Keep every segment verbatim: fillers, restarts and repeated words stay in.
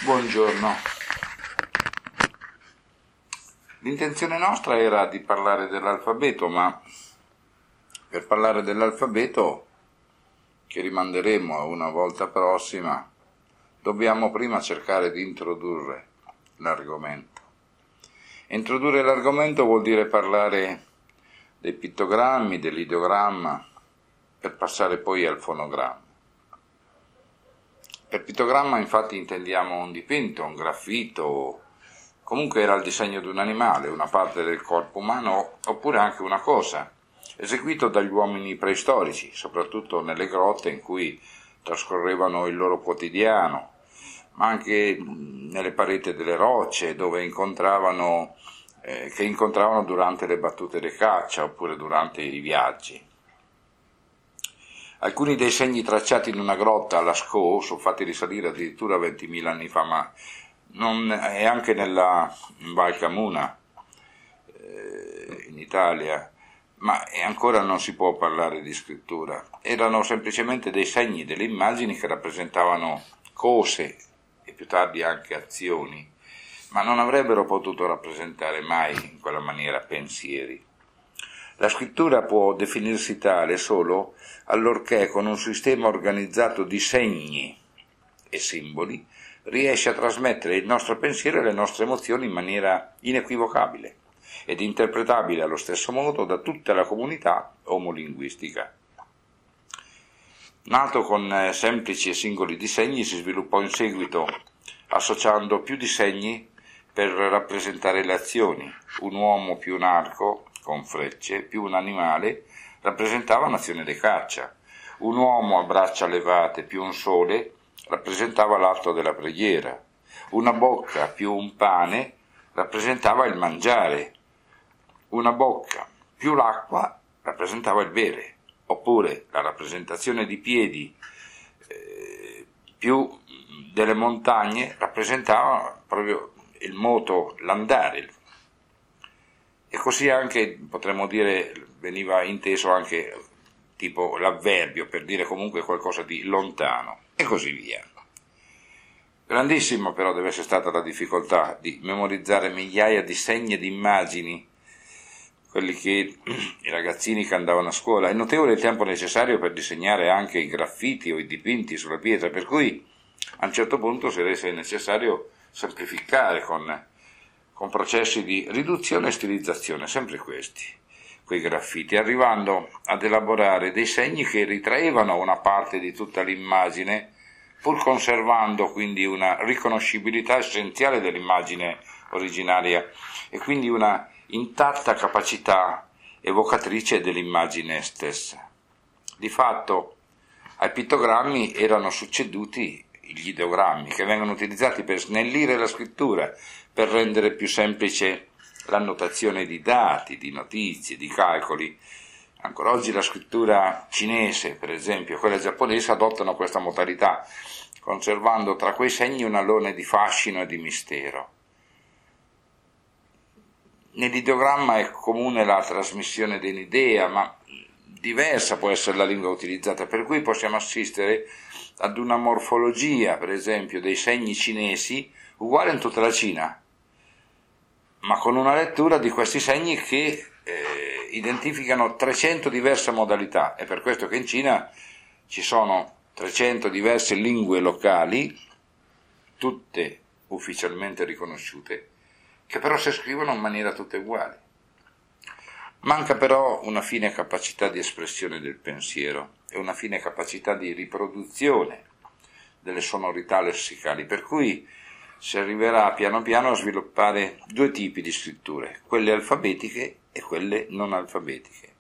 Buongiorno. L'intenzione nostra era di parlare dell'alfabeto, ma per parlare dell'alfabeto, che rimanderemo a una volta prossima, dobbiamo prima cercare di introdurre l'argomento. Introdurre l'argomento vuol dire parlare dei pittogrammi, dell'ideogramma, per passare poi al fonogramma. Per pittogramma infatti intendiamo un dipinto, un graffito, comunque era il disegno di un animale, una parte del corpo umano, oppure anche una cosa, eseguito dagli uomini preistorici, soprattutto nelle grotte in cui trascorrevano il loro quotidiano, ma anche nelle pareti delle rocce, dove incontravano, eh, che incontravano durante le battute di caccia, oppure durante i viaggi. Alcuni dei segni tracciati in una grotta a Lascaux sono fatti risalire addirittura ventimila anni fa, ma non, è anche nella in Val Cammuna, eh, in Italia, ma ancora non si può parlare di scrittura. Erano semplicemente dei segni, delle immagini che rappresentavano cose e più tardi anche azioni, ma non avrebbero potuto rappresentare mai in quella maniera pensieri. La scrittura può definirsi tale solo allorché con un sistema organizzato di segni e simboli riesce a trasmettere il nostro pensiero e le nostre emozioni in maniera inequivocabile ed interpretabile allo stesso modo da tutta la comunità omolinguistica. Nato con semplici e singoli disegni, si sviluppò in seguito associando più disegni per rappresentare le azioni. Un uomo più un arco con frecce, più un animale, rappresentava un'azione di caccia. Un uomo a braccia levate più un sole rappresentava l'atto della preghiera. Una bocca più un pane rappresentava il mangiare. Una bocca più l'acqua rappresentava il bere. Oppure la rappresentazione di piedi eh, più delle montagne rappresentava proprio il moto, l'andare. E così anche, potremmo dire, veniva inteso anche tipo l'avverbio, per dire comunque qualcosa di lontano, e così via. Grandissima però deve essere stata la difficoltà di memorizzare migliaia di segni e di immagini, quelli che i ragazzini che andavano a scuola. È notevole il tempo necessario per disegnare anche i graffiti o i dipinti sulla pietra, per cui a un certo punto si rese necessario semplificare con con processi di riduzione e stilizzazione, sempre questi, quei graffiti, arrivando ad elaborare dei segni che ritraevano una parte di tutta l'immagine, pur conservando quindi una riconoscibilità essenziale dell'immagine originaria e quindi una intatta capacità evocatrice dell'immagine stessa. Di fatto, ai pittogrammi erano succeduti gli ideogrammi, che vengono utilizzati per snellire la scrittura, per rendere più semplice l'annotazione di dati, di notizie, di calcoli. Ancora oggi la scrittura cinese, per esempio, e quella giapponese adottano questa modalità, conservando tra quei segni un alone di fascino e di mistero. Nell'ideogramma è comune la trasmissione di un'idea, ma diversa può essere la lingua utilizzata, per cui possiamo assistere ad una morfologia, per esempio, dei segni cinesi uguale in tutta la Cina, ma con una lettura di questi segni che eh, identificano trecento diverse modalità. È per questo che in Cina ci sono trecento diverse lingue locali, tutte ufficialmente riconosciute, che però si scrivono in maniera tutte uguali. Manca però una fine capacità di espressione del pensiero e una fine capacità di riproduzione delle sonorità lessicali, per cui si arriverà piano piano a sviluppare due tipi di scritture, quelle alfabetiche e quelle non alfabetiche.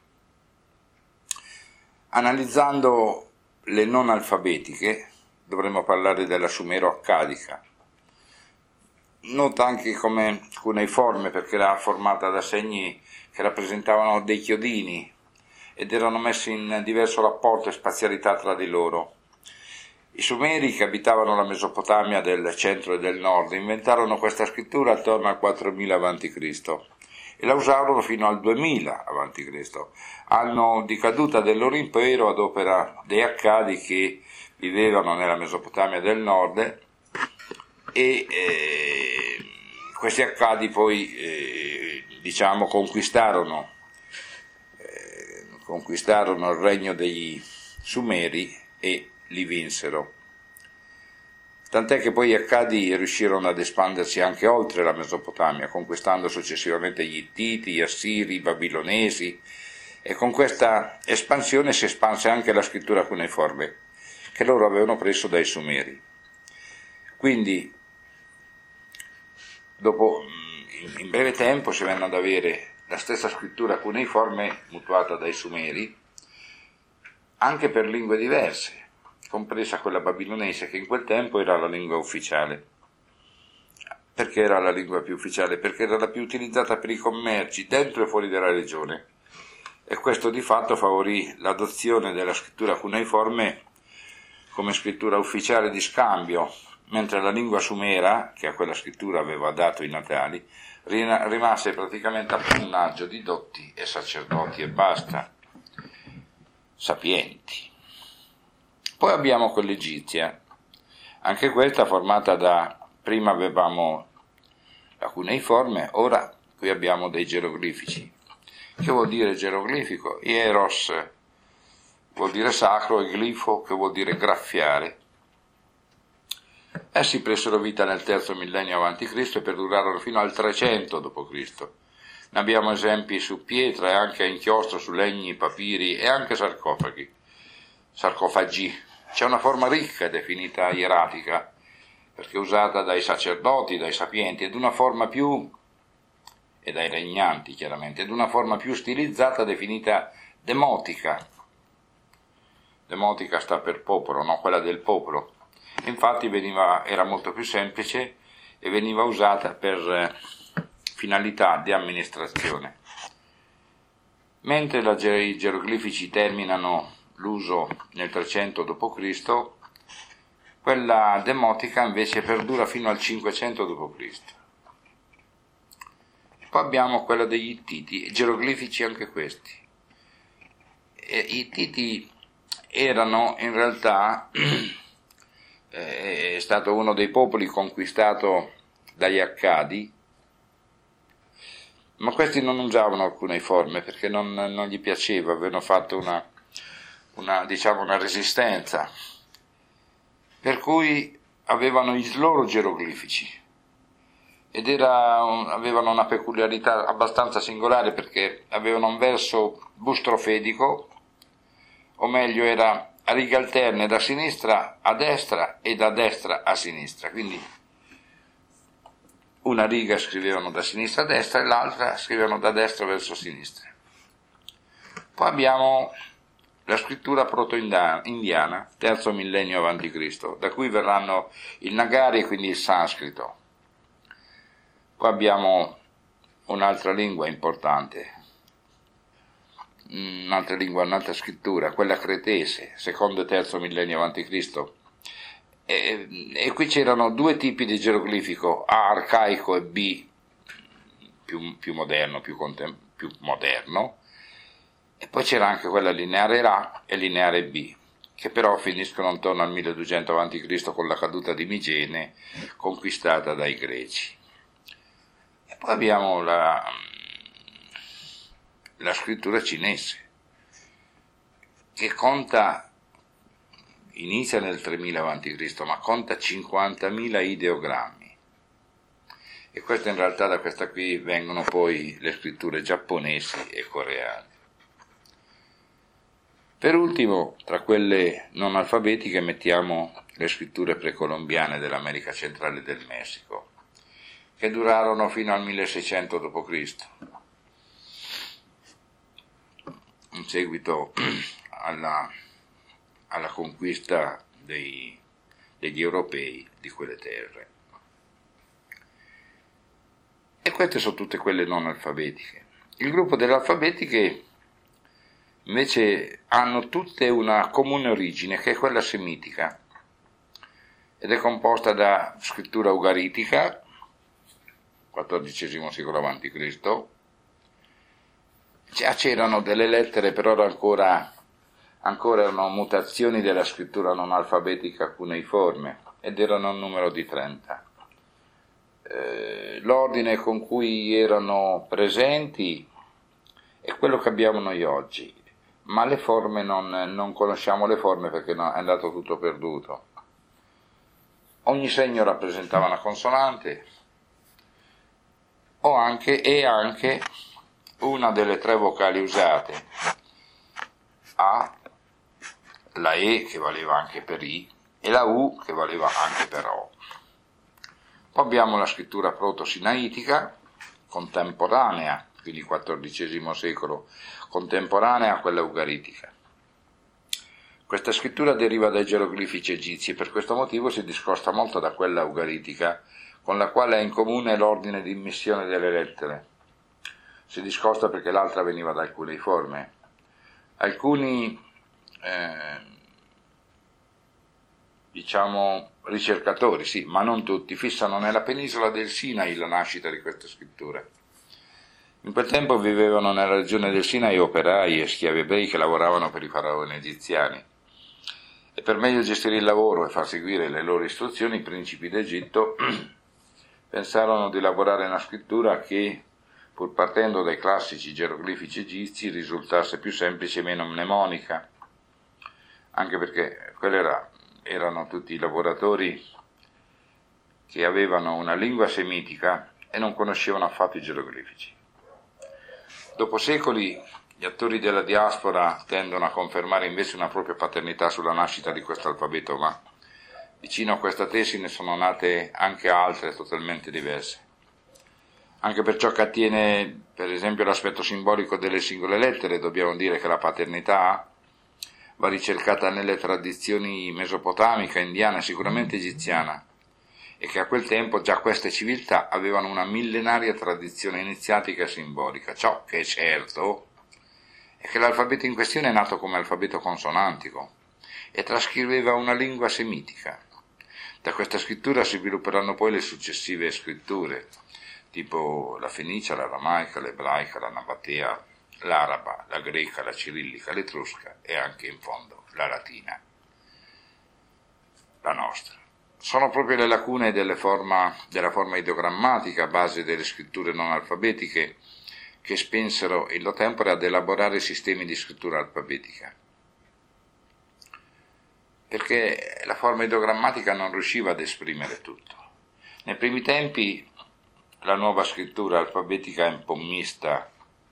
Analizzando le non alfabetiche, dovremmo parlare della sumero-accadica. Nota anche come cuneiforme, perché era formata da segni che rappresentavano dei chiodini ed erano messi in diverso rapporto e spazialità tra di loro. I Sumeri, che abitavano la Mesopotamia del centro e del nord, inventarono questa scrittura attorno al quattromila avanti Cristo e la usarono fino al duemila avanti Cristo, anno di caduta del loro impero ad opera dei Accadi che vivevano nella Mesopotamia del nord e eh, questi Accadi poi eh, diciamo conquistarono, eh, conquistarono il regno dei Sumeri e li vinsero. Tant'è che poi gli Accadi riuscirono ad espandersi anche oltre la Mesopotamia, conquistando successivamente gli Ittiti, gli Assiri, i Babilonesi, e con questa espansione si espanse anche la scrittura cuneiforme, che loro avevano preso dai Sumeri. Quindi, dopo, in breve tempo, si venne ad avere la stessa scrittura cuneiforme mutuata dai Sumeri, anche per lingue diverse, compresa quella babilonese, che in quel tempo era la lingua ufficiale. Perché era la lingua più ufficiale? Perché era la più utilizzata per i commerci dentro e fuori della regione, e questo di fatto favorì l'adozione della scrittura cuneiforme come scrittura ufficiale di scambio, mentre la lingua sumera, che a quella scrittura aveva dato i natali, rimase praticamente appannaggio di dotti e sacerdoti e basta, sapienti. Poi abbiamo quella egizia, anche questa formata da, prima avevamo la cuneiforme, ora qui abbiamo dei geroglifici. Che vuol dire geroglifico? Hieros vuol dire sacro e glifo che vuol dire graffiare. Essi presero vita nel terzo millennio avanti Cristo e perdurarono fino al trecento dopo Cristo. Ne abbiamo esempi su pietra e anche a inchiostro, su legni, papiri e anche sarcofagi. Sarcofagi. C'è una forma ricca definita ieratica, perché usata dai sacerdoti, dai sapienti, ed una forma più, e dai regnanti chiaramente, ed una forma più stilizzata definita demotica. Demotica sta per popolo, no? Quella del popolo. Infatti veniva, era molto più semplice e veniva usata per eh, finalità di amministrazione. Mentre la, i geroglifici terminano l'uso nel trecento dopo Cristo, quella demotica invece perdura fino al cinquecento dopo Cristo. Poi abbiamo quella degli Ittiti, geroglifici anche questi. E gli Ittiti erano in realtà, è stato uno dei popoli conquistato dagli Accadi, ma questi non usavano alcune forme perché non, non gli piaceva, avevano fatto una, una, diciamo, una resistenza, per cui avevano i loro geroglifici ed era un, avevano una peculiarità abbastanza singolare perché avevano un verso bustrofedico, o meglio era a righe alterne da sinistra a destra e da destra a sinistra, quindi una riga scrivevano da sinistra a destra e l'altra scrivevano da destra verso sinistra. Poi abbiamo la scrittura proto-indiana, terzo millennio avanti Cristo, da cui verranno il Nagari e quindi il sanscrito. Poi abbiamo un'altra lingua importante, un'altra lingua, un'altra scrittura, quella cretese, secondo e terzo millennio avanti Cristo. E, e qui c'erano due tipi di geroglifico, A arcaico e B più, più moderno, più, contem- più moderno, e poi c'era anche quella lineare A e lineare B, che però finiscono intorno al milleduecento avanti Cristo con la caduta di Migene, conquistata dai Greci. E poi abbiamo la, la scrittura cinese, che conta, inizia nel tremila avanti Cristo, ma conta cinquantamila ideogrammi. E questo in realtà da questa qui vengono poi le scritture giapponesi e coreane. Per ultimo, tra quelle non alfabetiche mettiamo le scritture precolombiane dell'America centrale e del Messico, che durarono fino al milleseicento dopo Cristo, in seguito alla, alla conquista dei, degli europei di quelle terre. E queste sono tutte quelle non alfabetiche. Il gruppo delle alfabetiche invece hanno tutte una comune origine, che è quella semitica, ed è composta da scrittura ugaritica, quattordicesimo secolo avanti Cristo. C'erano delle lettere, però ancora, ancora erano mutazioni della scrittura non alfabetica cuneiforme, ed erano un numero di trenta. eh, l'ordine con cui erano presenti è quello che abbiamo noi oggi, ma le forme non, non conosciamo le forme perché no, è andato tutto perduto. Ogni segno rappresentava una consonante o anche, e anche una delle tre vocali usate, A, la E che valeva anche per I e la U che valeva anche per O. Poi abbiamo la scrittura proto-sinaitica, contemporanea, quindi quattordicesimo secolo, contemporanea a quella ugaritica. Questa scrittura deriva dai geroglifici egizi e per questo motivo si discosta molto da quella ugaritica, con la quale è in comune l'ordine di immissione delle lettere. Si discosta perché l'altra veniva da alcune forme. Alcuni eh, diciamo ricercatori, sì, ma non tutti, fissano nella penisola del Sinai la nascita di questa scrittura. In quel tempo vivevano nella regione del Sinai operai e schiavi ebrei che lavoravano per i faraoni egiziani. E per meglio gestire il lavoro e far seguire le loro istruzioni, i principi d'Egitto pensarono di elaborare una scrittura che, pur partendo dai classici geroglifici egizi, risultasse più semplice e meno mnemonica, anche perché quelli era, erano tutti lavoratori che avevano una lingua semitica e non conoscevano affatto i geroglifici. Dopo secoli, gli attori della diaspora tendono a confermare invece una propria paternità sulla nascita di questo alfabeto, ma vicino a questa tesi ne sono nate anche altre totalmente diverse. Anche per ciò che attiene, per esempio, l'aspetto simbolico delle singole lettere, dobbiamo dire che la paternità va ricercata nelle tradizioni mesopotamica, indiana e sicuramente egiziana, e che a quel tempo già queste civiltà avevano una millenaria tradizione iniziatica e simbolica. Ciò che è certo è che l'alfabeto in questione è nato come alfabeto consonantico e trascriveva una lingua semitica. Da questa scrittura si svilupperanno poi le successive scritture, tipo la fenicia, l'aramaica, l'ebraica, la nabatea, l'araba, la greca, la cirillica, l'etrusca e anche in fondo la latina, la nostra. Sono proprio le lacune delle forma, della forma ideogrammatica, base delle scritture non alfabetiche, che spinsero illo tempore ad elaborare sistemi di scrittura alfabetica. Perché la forma ideogrammatica non riusciva ad esprimere tutto. Nei primi tempi la nuova scrittura alfabetica è un po' mista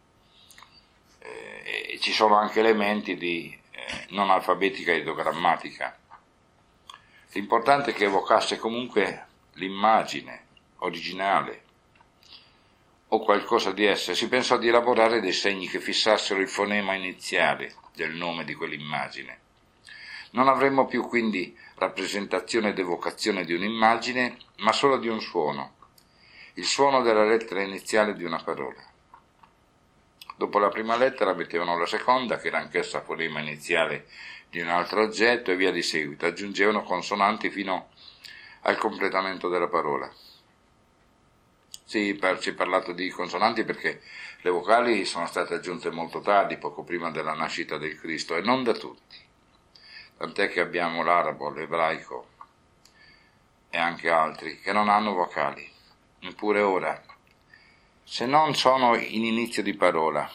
eh, e ci sono anche elementi di eh, non alfabetica e ideogrammatica. L'importante è che evocasse comunque l'immagine originale o qualcosa di essa. Si pensò di elaborare dei segni che fissassero il fonema iniziale del nome di quell'immagine. Non avremmo più quindi rappresentazione ed evocazione di un'immagine, ma solo di un suono, il suono della lettera iniziale di una parola. Dopo la prima lettera mettevano la seconda, che era anch'essa fonema iniziale di un altro oggetto, e via di seguito. Aggiungevano consonanti fino al completamento della parola. Sì, si è parlato di consonanti perché le vocali sono state aggiunte molto tardi, poco prima della nascita del Cristo, e non da tutti. Tant'è che abbiamo l'arabo, l'ebraico e anche altri che non hanno vocali. Eppure ora, se non sono in inizio di parola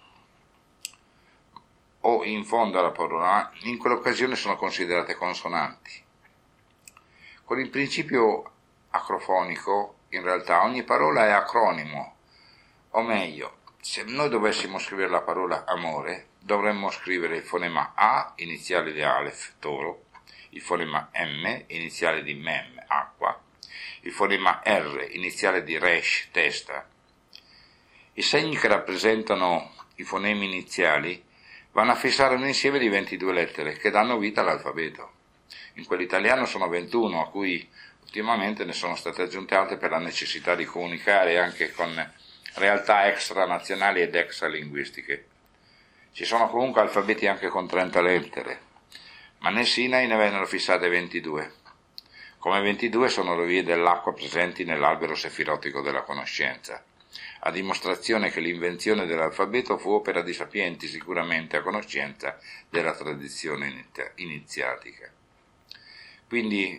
o in fondo alla parola, in quell'occasione sono considerate consonanti. Con il principio acrofonico, in realtà, ogni parola è acronimo, o meglio, se noi dovessimo scrivere la parola amore, dovremmo scrivere il fonema A, iniziale di Aleph, toro, il fonema M, iniziale di Mem, acqua, il fonema R, iniziale di Resh, testa. I segni che rappresentano i fonemi iniziali vanno a fissare un insieme di ventidue lettere che danno vita all'alfabeto. In quell'italiano sono ventuno, a cui ultimamente ne sono state aggiunte altre per la necessità di comunicare anche con realtà extranazionali ed extralinguistiche. Ci sono comunque alfabeti anche con trenta lettere, ma nel Sinai ne vennero fissate ventidue. Come ventidue sono le vie dell'acqua presenti nell'albero sefirotico della conoscenza, a dimostrazione che l'invenzione dell'alfabeto fu opera di sapienti sicuramente a conoscenza della tradizione iniziatica. Quindi,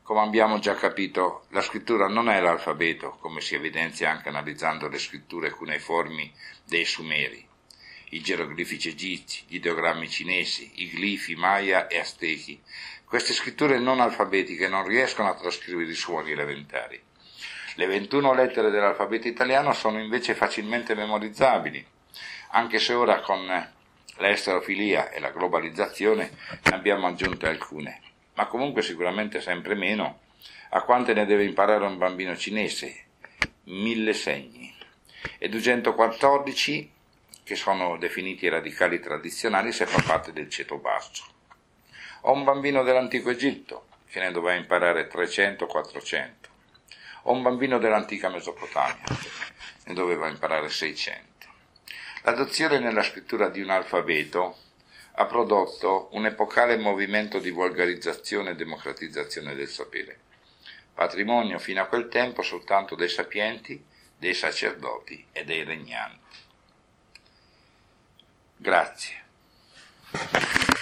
Come abbiamo già capito, la scrittura non è l'alfabeto, come si evidenzia anche analizzando le scritture cuneiformi dei Sumeri, i geroglifici egizi, gli ideogrammi cinesi, i glifi maya e aztechi. Queste scritture non alfabetiche non riescono a trascrivere i suoni elementari. Le ventuno lettere dell'alfabeto italiano sono invece facilmente memorizzabili, anche se ora con l'esterofilia e la globalizzazione ne abbiamo aggiunte alcune, ma comunque sicuramente sempre meno a quante ne deve imparare un bambino cinese, mille segni, e duecentoquattordici che sono definiti i radicali tradizionali se fa parte del ceto basso, o un bambino dell'antico Egitto che ne doveva imparare trecento quattrocento, o un bambino dell'antica Mesopotamia ne doveva imparare seicento. L'adozione nella scrittura di un alfabeto ha prodotto un epocale movimento di volgarizzazione e democratizzazione del sapere, patrimonio fino a quel tempo soltanto dei sapienti, dei sacerdoti e dei regnanti. Grazie.